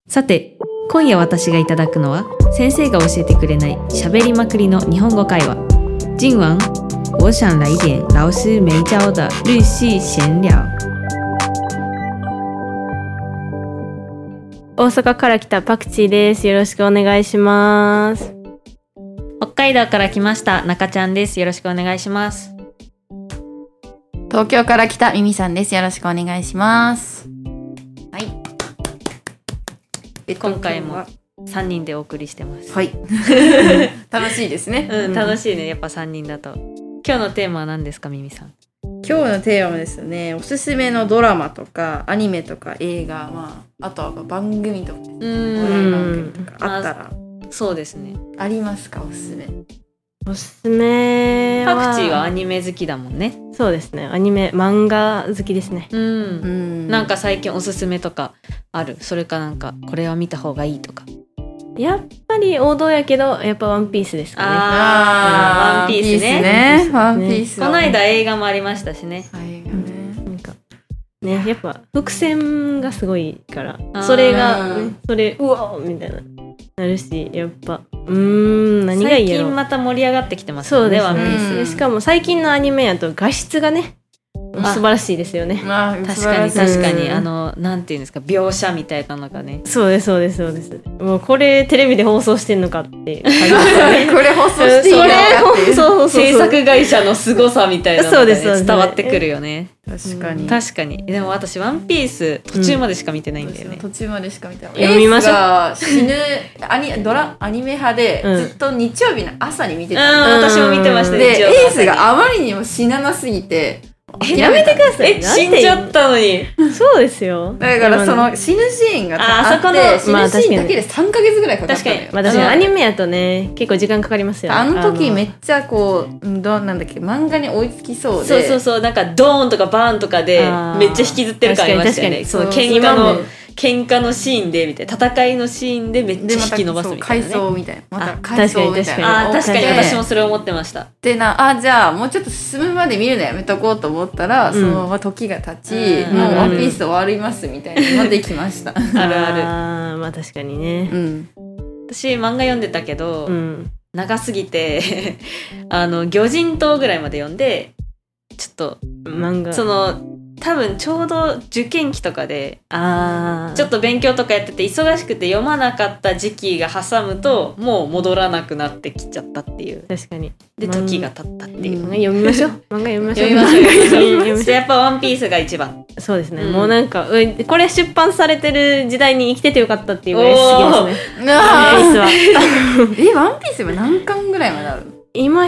さて、今夜私がいただくのは先生が教えてくれない喋りまくりの日本語会話。今晚我想来点老师没教的日系闲聊。 大阪から来たパクチーです。よろしくお願いします。 北海道から来ました中ちゃんです。よろしくお願いします。 東京から来たミミさんです。よろしくお願いします。はい。 今回も3人でお送りしてます。 はい。楽しいですね。 楽しいね。やっぱ3人だと。今日のテーマは何ですか、ミミさん。 今日のテーマはですね、おすすめのドラマとかアニメとか映画、あとは番組とかですね。お笑い番組とかあったら、 そうですね。 ありますか、おすすめ。 おすすめはパクチーはアニメ好きだもんね。 そうですね。アニメ漫画好きですね。 なんか最近おすすめとかある？それかなんかこれは見た方がいいとか。 やっぱり王道やけどやっぱワンピースですかね。 ワンピースね。 ワンピース。 この間映画もありましたしね。 映画ね。 なんかね、やっぱ伏線がすごいからそれが、ね、それうわーみたいななるし、やっぱ何がいいやろ。 最近また盛り上がってきてますよね、ワンピース。 しかも最近のアニメやと画質がね素晴らしいですよね。 確かに確かに、なんていうんですか、描写みたいなのがね。 そうですそうですそうです。もうこれテレビで放送してんのかっていう感じですよね。 これ放送していいのかっていうそう制作会社の凄さみたいなのが、ね、伝わってくるよね。 確かに確かに。でも私ワンピース途中までしか見てないんだよね。 途中までしか見てない。 読みましょう。 エースが死ぬアニメ派で、ずっと日曜日の朝に見てた。 私も見てました。 でエースがあまりにも死ななすぎてやめてください。 死んじゃったのに。 そうですよ。 だからその死ぬシーンがあって死ぬシーンだけで3ヶ月ぐらいかかったのよ。 確かにアニメやとね結構時間かかりますよね。 あの時めっちゃこうなんだっけ、漫画に追いつきそうで、 そうなんかドーンとかバーンとかでめっちゃ引きずってる感ありましたよね。その喧嘩のシーンでみたいな、戦いのシーンでめっちゃ引き伸ばすみたいな、ね、 回想みたいな、また回想みたいな。 確かに私もそれ思ってました。 でじゃあもうちょっと進むまで見るのやめとこうと思ったら、そのまま時が経ち、もうワンピース終わりますみたいなのができました。 あるある。 まあ確かにね。 私漫画読んでたけど、長すぎて魚人島ぐらいまで読んで、ちょっと漫画多分ちょうど受験期とかでちょっと勉強とかやってて忙しくて読まなかった時期が挟むともう戻らなくなってきちゃったっていう。 確かに。 で時が経ったっていう。 漫画読みましょう。漫画読みましょう。 読みましょう。やっぱワンピースが一番。 そうですね。もうなんかこれ出版されてる時代に生きててよかったっていうぐらい好きですね。ワンピースは何巻ぐらいまであるの？ 今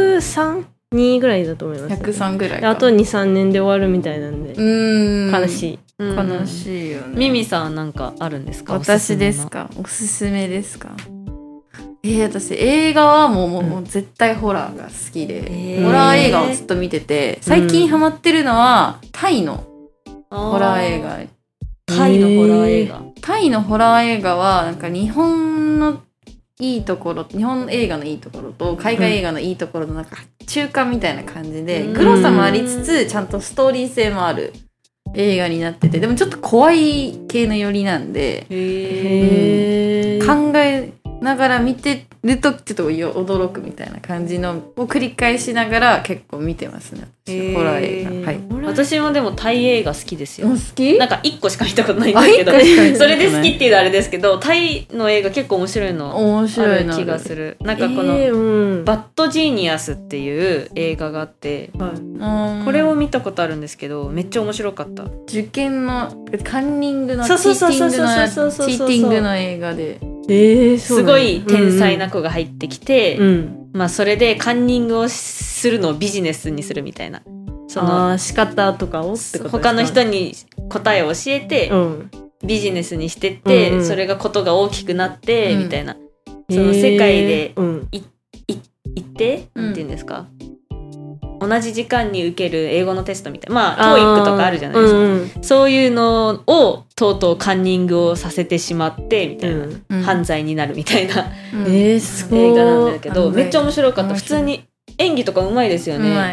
103。2ぐらいだと思います。 103ぐらいか。 あと 2,3 年で終わるみたいなんで悲しい。 悲しいよね。 ミミさんなんかあるんですか？ 私ですか？おすすめですか？私映画はもう絶対ホラーが好きで、ホラー映画をずっと見てて、最近ハマってるのはタイのホラー映画。 タイのホラー映画。 タイのホラー映画はなんか日本のいいところ、日本映画のいいところと海外映画のいいところのなんか中間みたいな感じで、グロさもありつつちゃんとストーリー性もある映画になってて、でもちょっと怖い系の寄りなんで、考えながら見てるとちょっと驚くみたいな感じのを繰り返しながら結構見てますね。ホラー映画。はい。 私もでもタイ映画好きですよ。 好き？ なんか1個しか見たことないんですけど、それで好きっていうのはあれですけど、タイの映画結構面白いのある気がする。なんかこのバッドジーニアスっていう映画があって、これを見たことあるんですけど、めっちゃ面白かった。 受験のカンニングのチーティングの映画で、 すごい天才な子が入ってきて、それでカンニングをするのをビジネスにするみたいな、その仕方とかをってことですか？ 他の人に答えを教えて、ビジネスにしてって、それがことが大きくなって、みたいな、その世界で行ってなんていうんですか、同じ時間に受ける英語のテストみたいな、TOEIC とかあるじゃないですか、そういうのをとうとうカンニングをさせてしまってみたいな、犯罪になるみたいな、 すごい映画なんだけど、めっちゃ面白かった。普通に演技とかうまいですよね。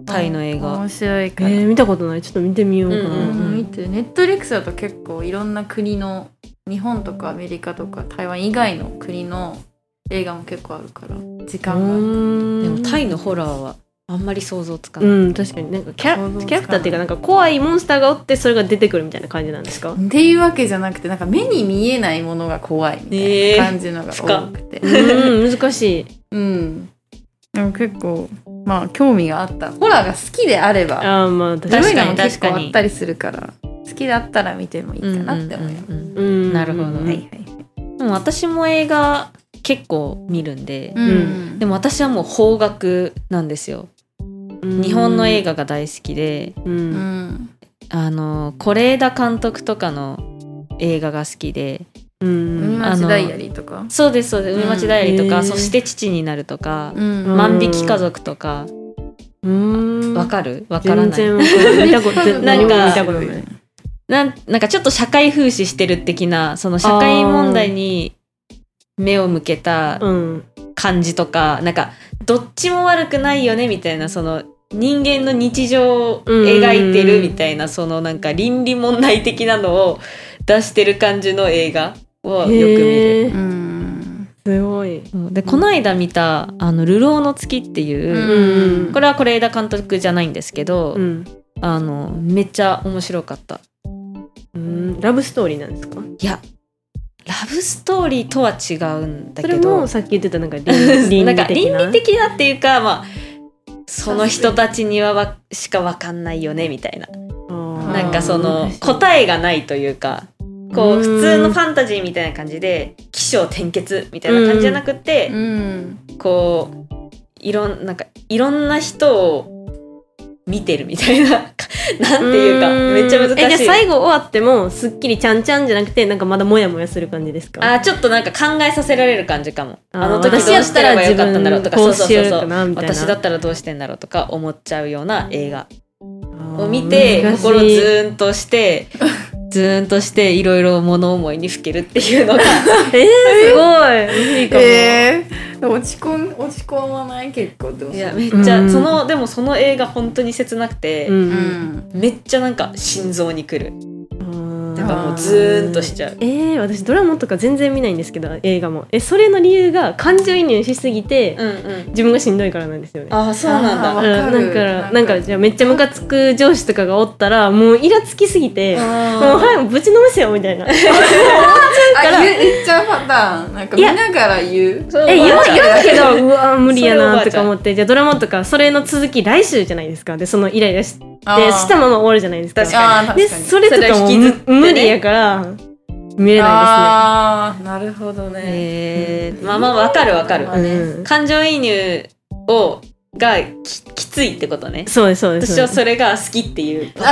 タイの映画。 面白いから、 見たことない。ちょっと見てみようかな。 見て。ネットフリックスだと結構いろんな国の、日本とかアメリカとか台湾以外の国の映画も結構あるから時間が。 でもタイのホラーはあんまり想像つかない。 確かになんかキャラクターっていうかなんか怖いモンスターがおってそれが出てくるみたいな感じなんですか？ っていうわけじゃなくて、なんか目に見えないものが怖いみたいな感じのが多くて、 難しい。 でも結構まあ興味があったホラーが好きであれば、 まあ確かにも結構あったりするから好きだったら見てもいいかなって思います。 なるほど。でも私も映画結構見るんで、でも私はもう邦楽なんですよ。日本の映画が大好きで、是枝監督とかの映画が好きで、 海町ダイアリーとか。 そうですそうです。海町ダイアリーとか、そして父になるとか、万引き家族とか。わかる？わからない。 全然見たことない。 なんかちょっと社会風刺してる的な、その社会問題に目を向けた感じとか、なんかどっちも悪くないよねみたいな、その人間の日常を描いてるみたいな、そのなんか倫理問題的なのを出してる感じの映画をよく見る。 すごい。 でこの間見た流浪の月っていう、これは是枝監督じゃないんですけど、めっちゃ面白かった。 ラブストーリーなんですか？ いや、ラブストーリーとは違うんだけど、 それもさっき言ってたなんか倫理なんか倫理的なっていうか、まあその人たちにはしか分かんないよねみたいな、なんかその答えがないというか、こう普通のファンタジーみたいな感じで起承転結みたいな感じじゃなくて、こういろんな人を見てるみたいななんていうか、めっちゃ難しい。 じゃあ最後終わってもすっきりちゃんちゃんじゃなくて、なんかまだモヤモヤする感じですか？ ちょっとなんか考えさせられる感じかも。時どうしてればよかったんだろうとか、私だったらどうしてんだろうとか思っちゃうような映画を見て、心ズーンとしていろいろ物思いにふけるっていうのがすごいいいかも。 落ち込まない結構。でもいやめっちゃ、でもその映画本当に切なくて、めっちゃなんか心臓にくる。だからもうズーンとしちゃう。 私ドラマとか全然見ないんですけど、映画もそれの理由が感情移入しすぎて、自分がしんどいからなんですよね。 そうなんだ。 なんかじゃあめっちゃムカつく上司とかがおったらもうイラつきすぎて、もうはいぶちのめせよみたいな言っちゃうパターン。なんか見ながら言う。 言うけどうわ無理やなとか思って、じゃあドラマとかそれの続き来週じゃないですか。でそのイライラしてしたまま終わるじゃないですか。でそれとかも無理やから見れないですね。 なるほどね。 まあわかる。感情移入がきついってことね。 そうですそうです。 私はそれが好きっていう。 すご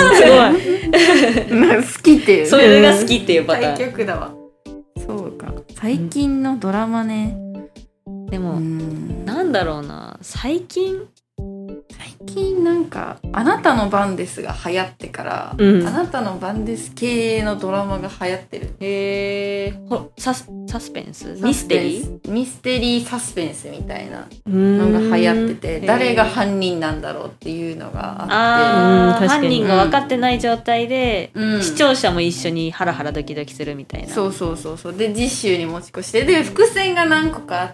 い。 好きっていう。 それが好きっていうパターン。 対極だわ。そうか。最近のドラマね。 でもなんだろうな、最近なんかあなたの番ですが流行ってから、あなたの番です系のドラマが流行ってる。 サスペンスミステリーサスペンスみたいなのが流行ってて、誰が犯人なんだろうっていうのがあって、 犯人が分かってない状態で、視聴者も一緒にハラハラドキドキするみたいな。 そうで次週に持ち越して、で伏線が何個かあって、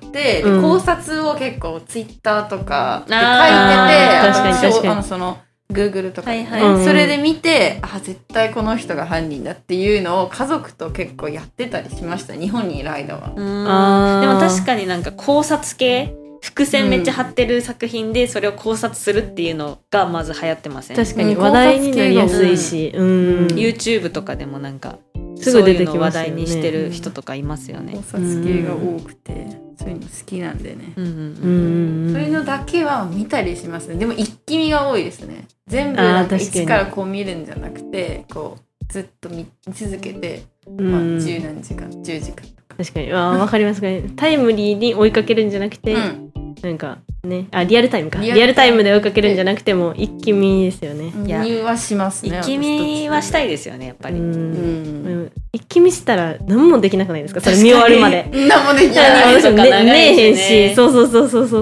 で考察を結構ツイッターとかで書いてて、その Google とかで、それで見て、絶対この人が犯人だっていうのを家族と結構やってたりしました。日本にいる間は。 でも確かになんか考察系、伏線めっちゃ張ってる作品でそれを考察するっていうのがまず流行ってません？ 確かに話題になりやすいし、 YouTube とかでもなんかすぐ出てきますよね。そういうの話題にしてる人とかいますよね。 考察系が多くて、そういうの好きなんでね。そういうのだけは見たりしますね。でも一気見が多いですね。全部なんか一からこう見るんじゃなくて、こうずっと見続けて、10何時間10時間とか。 確かにわかりますかね。タイムリーに追いかけるんじゃなくて、なんかね、リアルタイムか。リアルタイムで追いかけるんじゃなくても一気見ですよね。 一気見はしますね。 一気見はしたいですよね、やっぱり。 一気見したら何もできなくないですか？それ見終わるまで。 何もできない。 ねえへんし、そう。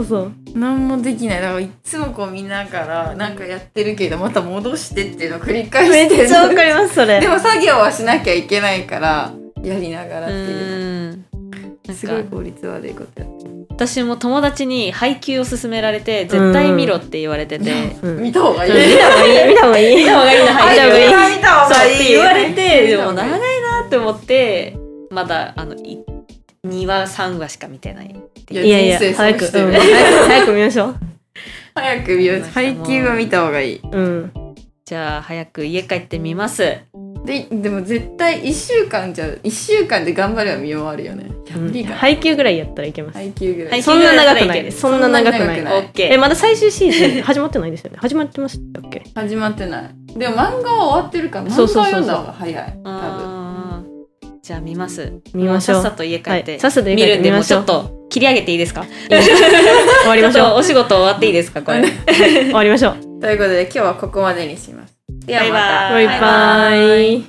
何もできない。だからいつもこう見ながらなんかやってるけどまた戻してっていうのを繰り返してる。 めっちゃわかりますそれ。 でも作業はしなきゃいけないからやりながらっていう。すごい効率悪いことやってる。 私も友達に配給を勧められて絶対見ろって言われてて、 見た方がいい見た方がいい見た方がいい見た方がいいな配給見た方がいいって言われて、でも長いなって思ってまだ2話3話しか見てない。 いや早く早く見ましょう。 早く見よう。配給は見た方がいい。 じゃあ早く家帰ってみます。 でも絶対1週間で頑張れば見終わるよね。 配給ぐらいやったらいけます。 配給ぐらい。 そんな長くないです。そんな長くない。 オッケー。 まだ最終シーズン始まってないですよね。始まってましたっけ？ 始まってない。でも漫画は終わってるから漫画読んだ方が早い。多分。 じゃあ見ます。 見ましょう。 さっさと家帰って見るんで、もうちょっと切り上げていいですか？ 終わりましょう。 お仕事終わっていいですかこれ？ 終わりましょう。 ということで今日はここまでにします。 ではまた。 バイバイ。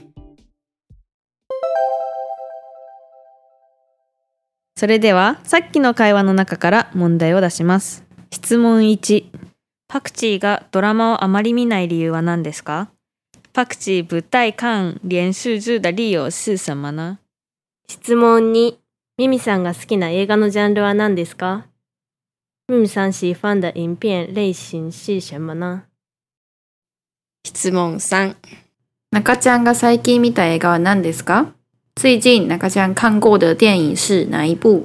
それではさっきの会話の中から問題を出します。質問1、パクチーがドラマをあまり見ない理由は何ですか？パクチー不太看連續劇的理由是什麼呢？ 質問2、ミミさんが好きな映画のジャンルは何ですか？ミミさん喜歡的影片類型是什麼呢？ 質問3、中ちゃんが最近見た映画は何ですか？最近中ちゃん看過的電影是哪一部？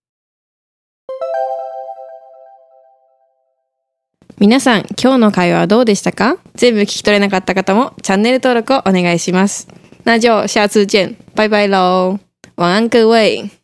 皆さん、今日の会話はどうでしたか？全部聞き取れなかった方もチャンネル登録をお願いします。那就下次见，拜拜喽，晚安各位。